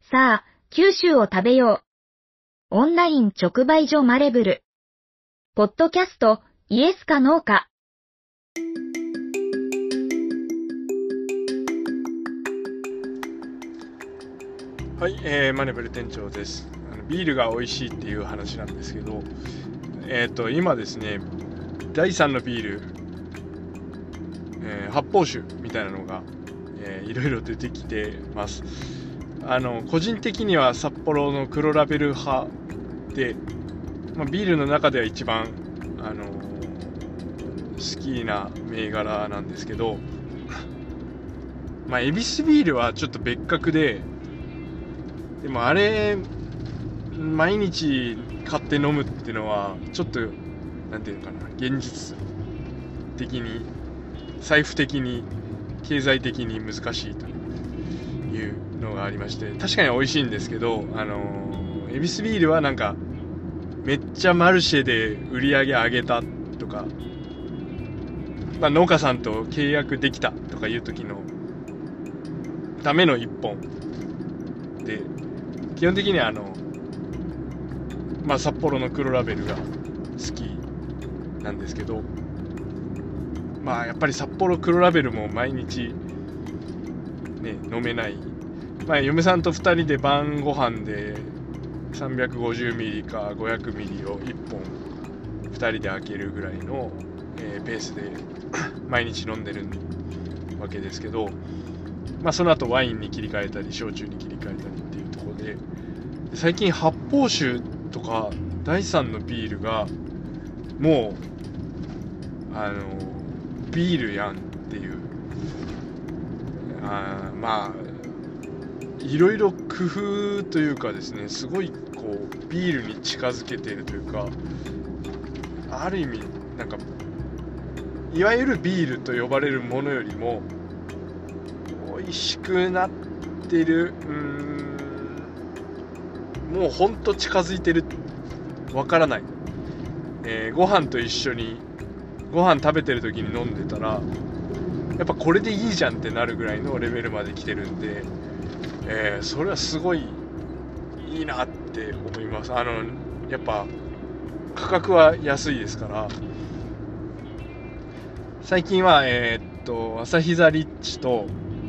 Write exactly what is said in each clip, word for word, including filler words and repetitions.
さあ、九州を食べよう。オンライン直売所マレブル。ポッドキャスト、イエスかノーか。 はい、えー、マネブル店長です。あのビールが美味しいっていう話なんですけど、えっと今ですね、だいさんのビール、えー、発泡酒みたいなのが、えー、いろいろ出てきてます。あの個人的には札幌の黒ラベル派で、まあ、ビールの中では一番、あのー、好きな銘柄なんですけど、まあ恵比寿ビールはちょっと別格で、でもあれ毎日買って飲むっていうのはちょっとなんていうのかな、現実的に財布的に経済的に難しいというのがありまして、確かに美味しいんですけど、あのー、恵比寿ビールはなんかめっちゃマルシェで売り上げ上げたとか、まあ、農家さんと契約できたとかいう時のための一本で、基本的にはあの、まあ、札幌の黒ラベルが好きなんですけど、まあやっぱり札幌黒ラベルも毎日ね飲めない。まあ嫁さんとふたりで晩ご飯でさんびゃくごじゅうミリかごひゃくミリをいっぽんふたりで開けるぐらいの、えー、ペースで毎日飲んでるわけですけど、まあその後ワインに切り替えたり焼酎に切り替えたりっていうところで、最近発泡酒とかだいさんのビールがもうあのビールやんっていう、あまあいろいろ工夫というかですね、すごいこうビールに近づけているというか、ある意味なんかいわゆるビールと呼ばれるものよりも美味しくなってる、うーんもうほんと近づいてる、わからない、えー、ご飯と一緒にご飯食べてる時に飲んでたらやっぱこれでいいじゃんってなるぐらいのレベルまで来てるんで、えー、それはすごいいいなって思います。あのやっぱ価格は安いですから。最近はえー、っとアサヒザリッチと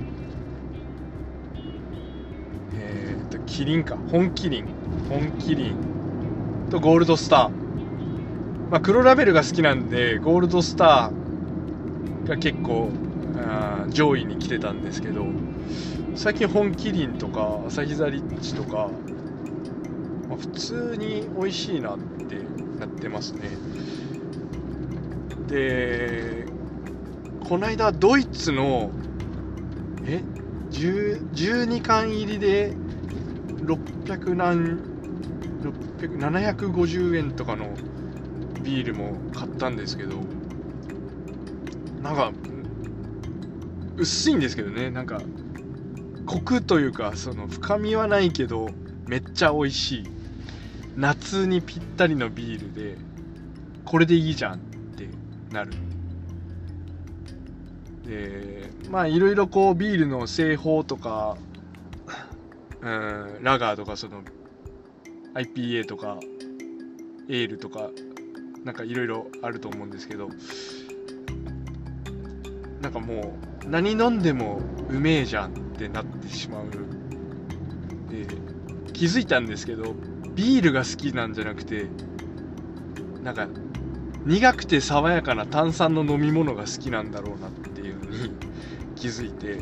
えー、っとキリンか本キリン本キリンとゴールドスター、まあ、黒ラベルが好きなんでゴールドスターが結構あ上位に来てたんですけど、最近本麒麟とかアサヒザリッチとか、まあ、普通に美味しいなってなってますね。でこの間ドイツのえじゅうにかん入りでろっぴゃく何ろっぴゃくななひゃくごじゅうえんとかのビールも買ったんですけど、なんか薄いんですけどね、なんかコクというかその深みはないけどめっちゃ美味しい夏にぴったりのビールで、これでいいじゃんってなる。でまあいろいろこうビールの製法とか、うん、ラガーとかその アイピーエー とかエールとかなんかいろいろあると思うんですけど、なんかもう何飲んでもうめえじゃんってなってしまう。で気づいたんですけど、ビールが好きなんじゃなくて、なんか苦くて爽やかな炭酸の飲み物が好きなんだろうなっていうのに気づいて、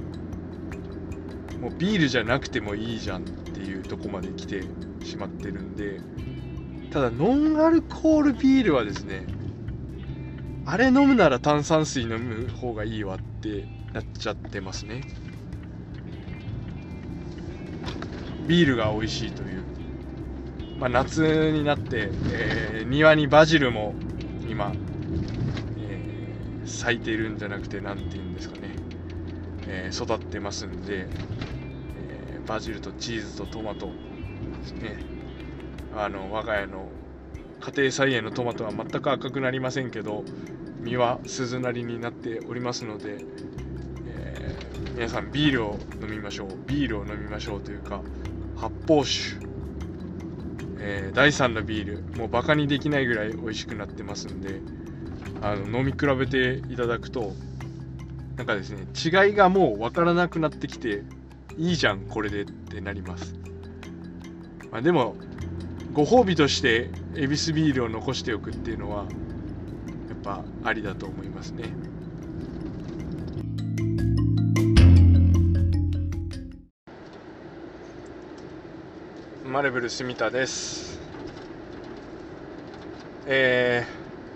もうビールじゃなくてもいいじゃんっていうとこまで来てしまってるんで、ただノンアルコールビールはですね、あれ飲むなら炭酸水飲む方がいいわってなっちゃってますね。ビールが美味しいという、まあ、夏になって、えー、庭にバジルも今、えー、咲いているんじゃなくてなんていうんですかね、えー、育ってますんで、えー、バジルとチーズとトマトですね。あの我が家の家庭菜園のトマトは全く赤くなりませんけど、実は鈴なりになっておりますので、え皆さんビールを飲みましょうビールを飲みましょうというか、発泡酒、えー、だいさんのビールもうバカにできないぐらい美味しくなってますんで、あの飲み比べていただくとなんかですね、違いがもう分からなくなってきて、いいじゃんこれでってなります。まあ、でもご褒美としてエビスビールを残しておくっていうのはやっぱありだと思いますね。マレブル住田です。え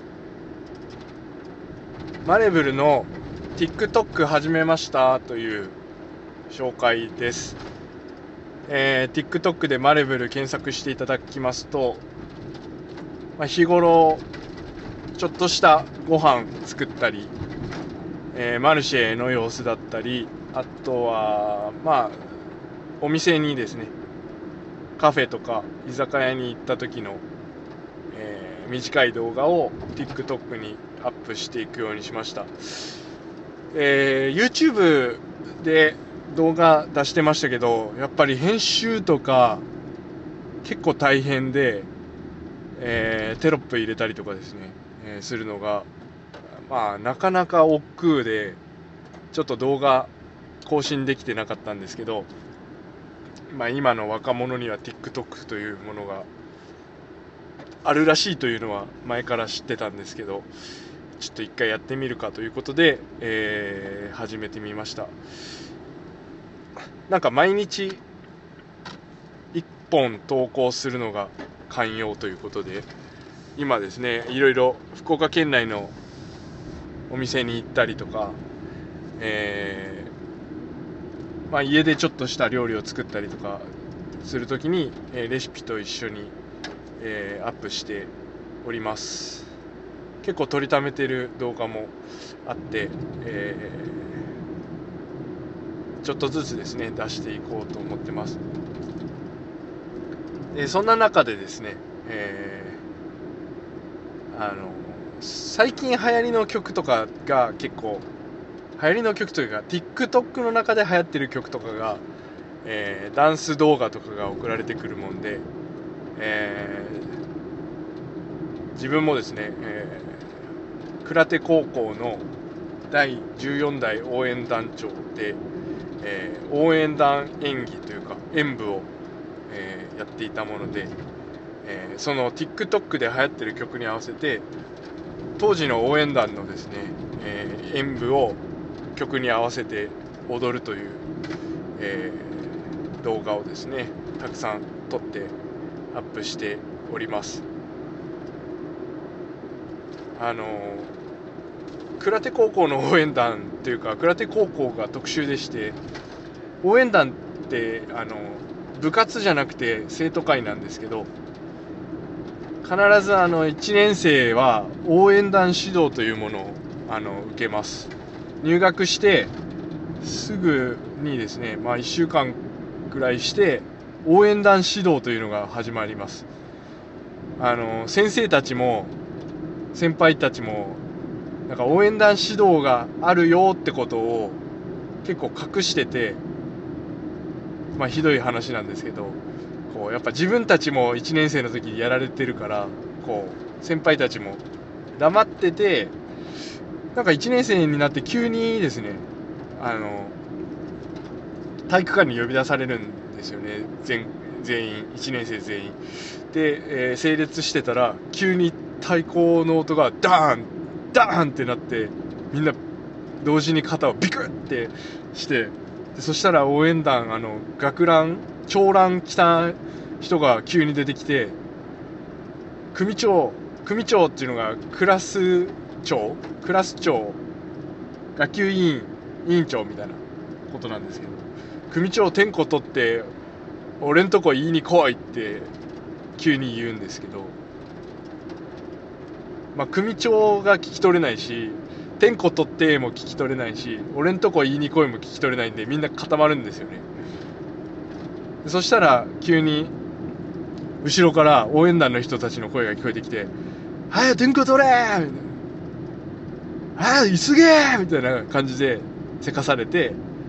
ー、マレブルの TikTok 始めましたという紹介です。えー、TikTok でマレブル検索していただきますと、まあ、日頃ちょっとしたご飯作ったり、えー、マルシェの様子だったり、あとはまあお店にですね、カフェとか居酒屋に行った時の、えー、短い動画を TikTok にアップしていくようにしました。えー、YouTube で動画出してましたけど、やっぱり編集とか結構大変で、えー、テロップ入れたりとかですね、えー、するのがまあなかなか億劫で、ちょっと動画更新できてなかったんですけど、まあ今の若者には TikTok というものがあるらしいというのは前から知ってたんですけど、ちょっと一回やってみるかということで、えー、始めてみました。なんか毎日いっぽん投稿するのが肝要ということで、今ですね、いろいろ福岡県内のお店に行ったりとか、えーまあ、家でちょっとした料理を作ったりとかするときに、えー、レシピと一緒に、えー、アップしております。結構撮りためてる動画もあって、えー、ちょっとずつですね出していこうと思ってます。でそんな中でですね、えー、あの最近流行りの曲とかが結構流行りの曲というか TikTok の中で流行ってる曲とかが、えー、ダンス動画とかが送られてくるもんで、えー、自分もですね、えー、倉手高校のだいじゅうよん代応援団長で、えー、応援団演技というか演舞を、えー、やっていたもので、えー、その TikTok で流行ってる曲に合わせて当時の応援団のですね、えー、演舞を曲に合わせて踊るという、えー、動画をですねたくさん撮ってアップしております。あの倉手高校の応援団というか倉手高校が特殊でして、応援団ってあの部活じゃなくて生徒会なんですけど、必ずあのいちねん生は応援団指導というものをあの受けます。入学してすぐにですね、まあ、いっしゅうかんくらいして応援団指導というのが始まります。あの先生たちも先輩たちもなんか応援団指導があるよってことを結構隠してて、まあひどい話なんですけど、こうやっぱ自分たちもいちねん生の時にやられてるから、こう先輩たちも黙ってて、なんかいちねん生になって急にですね、あの体育館に呼び出されるんですよね。 全, 全員いちねん生全員で、えー、整列してたら急に太鼓の音がダーンダーンってなって、みんな同時に肩をビクッてして、でそしたら応援団あの学ラン長ラン着た人が急に出てきて、組長組長っていうのがクラス長クラス長学級委員委員長みたいなことなんですけど、組長点呼取って俺んとこ言いに来いって急に言うんですけど、まあ組長が聞き取れないし、点呼取っても聞き取れないし、俺んとこ言いに来いも聞き取れないんで、みんな固まるんですよね。そしたら急に後ろから応援団の人たちの声が聞こえてきて、早く点呼取れーみたいな、早く急げーみたいな感じでせかされて、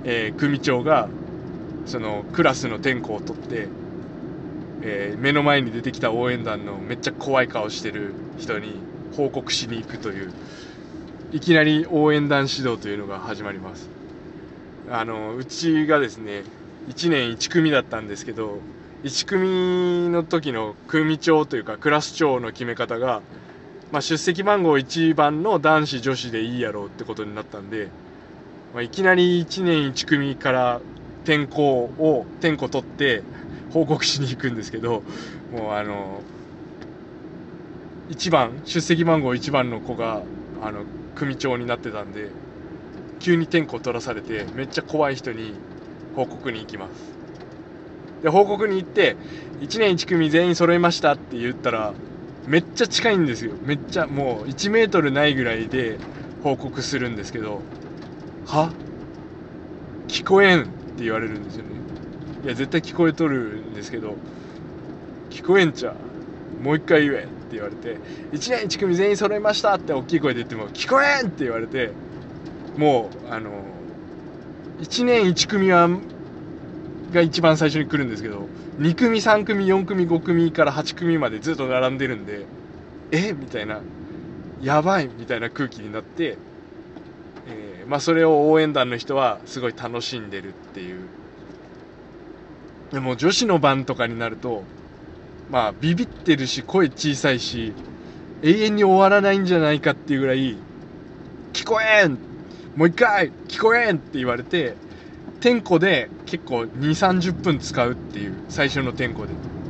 えー、組長がそのクラスの点呼を取って、えー、目の前に出てきた応援団のめっちゃ怖い顔してる人に報告しに行くという、いきなり応援団指導というのが始まります。あのうちがですねいちねんいち組だったんですけど、いち組の時の組長というかクラス長の決め方が、まあ、出席番号いちばんの男子女子でいいやろうってことになったんで、まあ、いきなりいちねんいち組から転校を転校取って報告しに行くんですけど、もうあのいちばん出席番号いちばんの子があの組長になってたんで、急に転校取らされてめっちゃ怖い人に報告に行きます。で報告に行っていちねんいち組全員揃いましたって言ったらめっちゃ近いんですよ。めっちゃもういちメートルないぐらいで報告するんですけど、は聞こえんって言われるんですよね。いや絶対聞こえとるんですけど、聞こえんちゃもう一回言えって言われて、いちねんいち組全員揃いましたって大きい声で言っても聞こえんって言われて、もうあのいちねんいち組はが一番最初に来るんですけど、に組さん組よん組ご組からはち組までずっと並んでるんで、えみたいな、やばいみたいな空気になって、えー、まあそれを応援団の人はすごい楽しんでるっていう。でも女子の番とかになると、まあビビってるし声小さいし永遠に終わらないんじゃないかっていうぐらい、聞こえんもう一回聞こえんって言われて、点呼で結構にじゅうさんじゅっぷん使うっていう、最初の点呼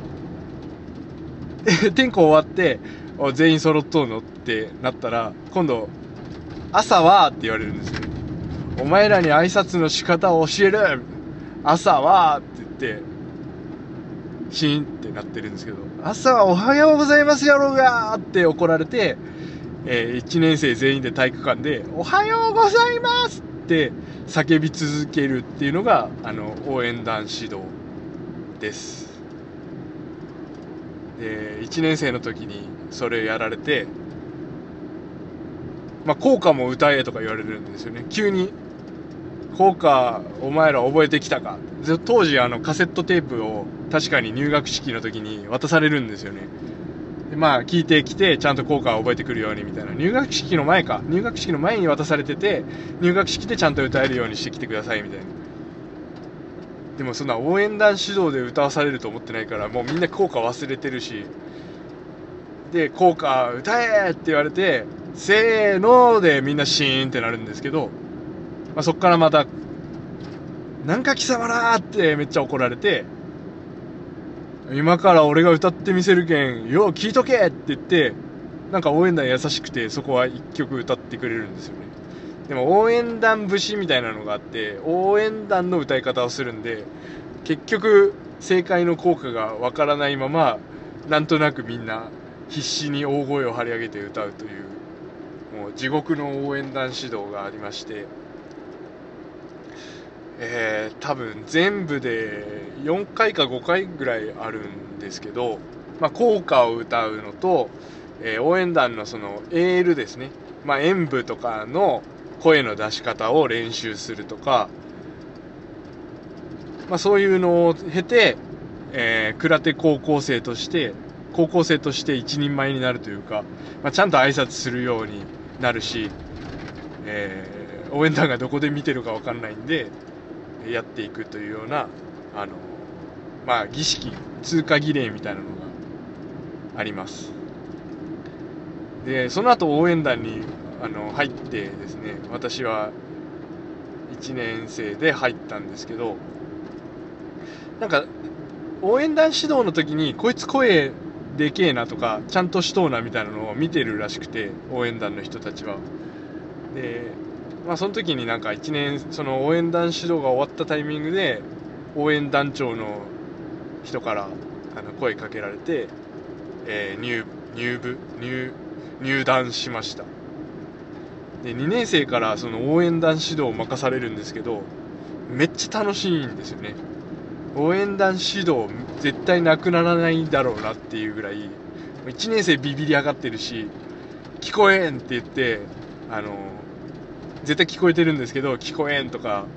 で点呼終わって全員揃っとうのってなったら、今度朝はって言われるんですよね。お前らに挨拶の仕方を教える、朝はって言ってシーンってなってるんですけど、朝はおはようございますやろうがって怒られて、えー、いちねん生全員で体育館でおはようございますって叫び続けるっていうのがあの応援団指導です。でいちねん生の時にそれやられて、まあ校歌も歌えとか言われるんですよね。急に校歌お前ら覚えてきたか。当時あのカセットテープを確かに入学式の時に渡されるんですよね。でまあ聞いてきてちゃんと校歌を覚えてくるようにみたいな、入学式の前か入学式の前に渡されてて、入学式でちゃんと歌えるようにしてきてくださいみたいな。でもそんな応援団指導で歌わされると思ってないから、もうみんな校歌忘れてるし、で校歌歌えって言われてせーのでみんなシーンってなるんですけど、まあ、そっからまたなんか貴様らーってめっちゃ怒られて、今から俺が歌ってみせるけんよう聞いとけって言って、なんか応援団優しくてそこは一曲歌ってくれるんですよね。でも応援団節みたいなのがあって、応援団の歌い方をするんで、結局正解の効果がわからないまま、なんとなくみんな必死に大声を張り上げて歌うという、もう地獄の応援団指導がありまして、えー、多分全部でよんかいかごかいぐらいあるんですけど、まあ、校歌を歌うのと、えー、応援団のそのエールですね、まあ、演舞とかの声の出し方を練習するとか、まあ、そういうのを経て、えー、倉手高校生として高校生として一人前になるというか、まあ、ちゃんと挨拶するようになるし、えー、応援団がどこで見てるか分かんないんでやっていくというような、あのまあ儀式、通過儀礼みたいなのがあります。でその後応援団にあの入ってですね、私はいちねん生で入ったんですけど、なんか応援団指導の時にこいつ声でけえなとかちゃんとしとうなみたいなのを見てるらしくて、応援団の人たちは。でまあその時になんかいちねんその応援団指導が終わったタイミングで応援団長の人からあの声かけられて、えー、入入部入入団しました。でにねん生からその応援団指導を任されるんですけど、めっちゃ楽しいんですよね。応援団指導絶対なくならないんだろうなっていうぐらい、いちねん生ビビり上がってるし、聞こえんって言ってあの絶対聞こえてるんですけど聞こえんとか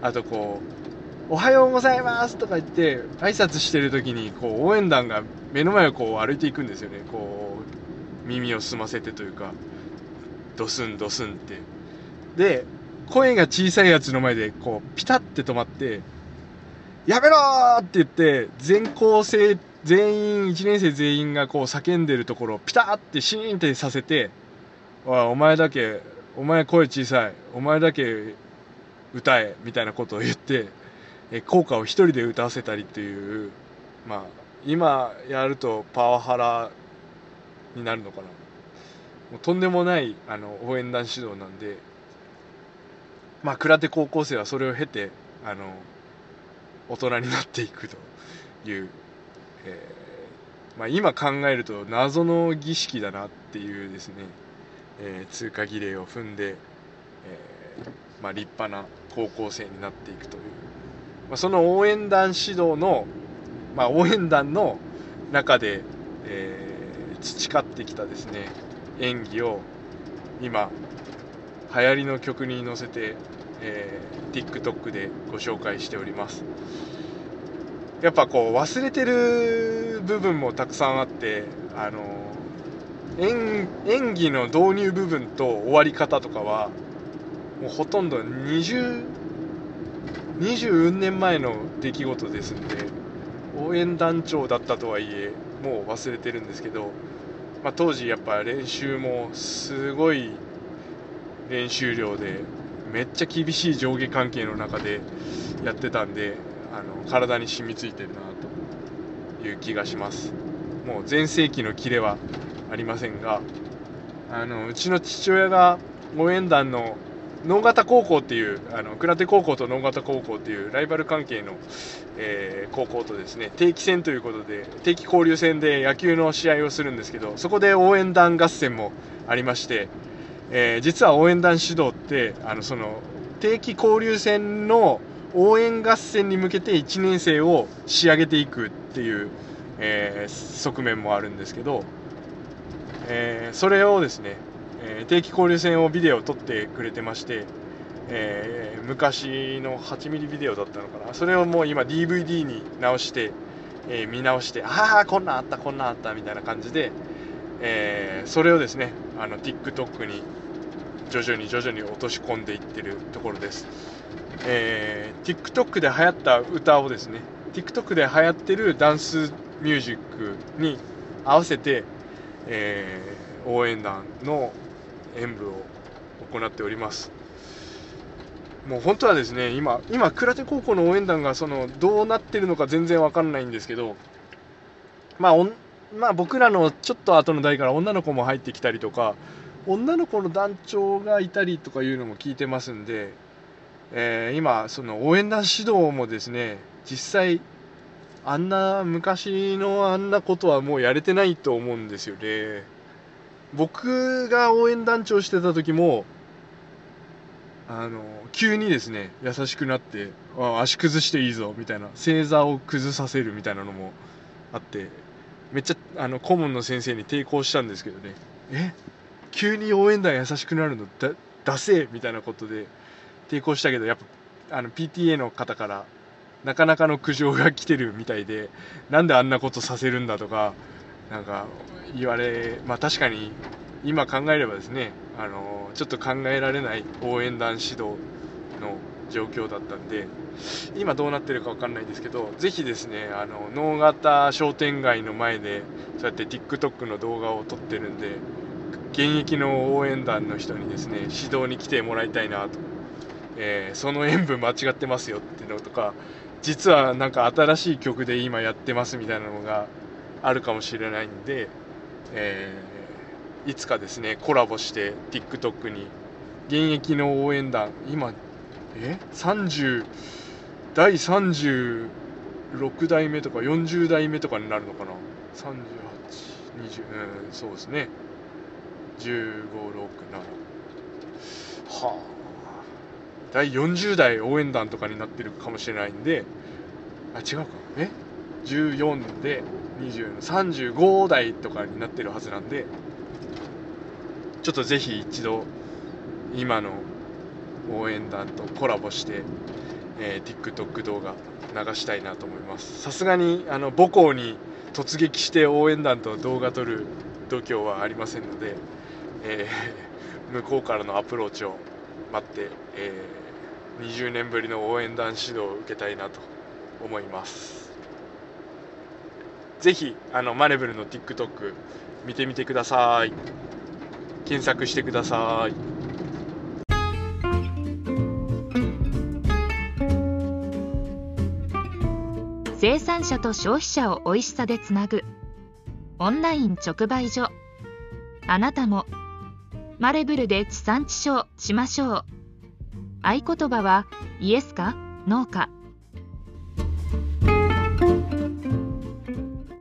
あとこうおはようございますとか言って挨拶してる時にこう応援団が目の前をこう歩いていくんですよね。こう耳を澄ませてというか、ドスンドスンって。で声が小さいやつの前でこうピタッて止まって、やめろーって言って全校生全員いちねん生全員がこう叫んでるところをピタッてシーンってさせて、おいお前だけお前声小さい、お前だけ歌えみたいなことを言って、え効果を一人で歌わせたりっていう、まあ今やるとパワハラになるのかな。もうとんでもないあの応援団指導なんで、まあ空手高校生はそれを経てあの大人になっていくという、えーまあ、今考えると謎の儀式だなっていうですね、えー、通過儀礼を踏んで、えーまあ、立派な高校生になっていくという、まあ、その応援団指導の、まあ、応援団の中で、えー、培ってきたですね演技を今流行りの曲に乗せて、えー、TikTok でご紹介しております。やっぱこう忘れてる部分もたくさんあって、あの 演, 演技の導入部分と終わり方とかはもうほとんどにじゅう、にじゅうねんまえの出来事ですんで、応援団長だったとはいえもう忘れてるんですけど、まあ、当時やっぱ練習もすごい練習量でめっちゃ厳しい上下関係の中でやってたんで、あの体に染みついてるなという気がします。もう全盛期のキレはありませんが、あのうちの父親が応援団の能形高校っていう、あの倉手高校と能形高校っていうライバル関係の、えー、高校とですね定期戦ということで定期交流戦で野球の試合をするんですけど、そこで応援団合戦もありまして、えー、実は応援団指導ってあのその定期交流戦の応援合戦に向けていちねん生を仕上げていくっていう、えー、側面もあるんですけど、えー、それをですね、えー、定期交流戦をビデオを撮ってくれてまして、えー、昔のはちミリビデオだったのかな、それをもう今 ディーブイディー に直して、えー、見直して、ああこんなんあったこんなんあったみたいな感じで、えー、それをですねあの TikTok に徐々に徐々に落とし込んでいってるところです。えー、TikTok で流行った歌をですね TikTok で流行ってるダンスミュージックに合わせて、えー、応援団の演舞を行っております。もう本当はですね今今倉手高校の応援団がそのどうなってるのか全然わかんないんですけど、まあ、おんまあ僕らのちょっと後の代から女の子も入ってきたりとか、女の子の団長がいたりとかいうのも聞いてますんで、えー、今その応援団指導もですね実際あんな昔のあんなことはもうやれてないと思うんですよね。僕が応援団長してた時もあの急にですね優しくなって、あ足崩していいぞみたいな、正座を崩させるみたいなのもあって、めっちゃあの顧問の先生に抵抗したんですけどね、え急に応援団優しくなるのだダセーみたいなことで抵抗したけど、やっぱあの ピーティーエー の方からなかなかの苦情が来てるみたいで、なんであんなことさせるんだとかなんか言われ、まあ確かに今考えればですね、あのちょっと考えられない応援団指導の状況だったんで、今どうなってるか分かんないですけど、ぜひですねあの能形商店街の前でそうやって TikTok の動画を撮ってるんで、現役の応援団の人にですね指導に来てもらいたいなと、えー、その演舞間違ってますよっていうのとか、実はなんか新しい曲で今やってますみたいなのがあるかもしれないんで、えー、いつかですねコラボして TikTok に現役の応援団、今えさんじゅうだいさんじゅうろく代目とかよんじゅう代目とかになるのかな、さんじゅうはち、にじゅう、うん、そうですね、じゅうご、ろく、ななはあだいよんじゅう代応援団とかになってるかもしれないんで、あ違うかえじゅうよんでにじゅう、さんじゅうご代とかになってるはずなんで、ちょっとぜひ一度今の応援団とコラボして、 えー、TikTok 動画流したいなと思います。さすがにあの母校に突撃して応援団と動画撮る度胸はありませんので、えー、向こうからのアプローチを待って、えー、にじゅうねんぶりの応援団指導を受けたいなと思います。ぜひあのマネブルの TikTok 見てみてください。検索してください。 生産者と消費者を美味しさでつなぐオンライン直売所。あなたもマレブルで地産地消しましょう。合言葉はイエスかノーか。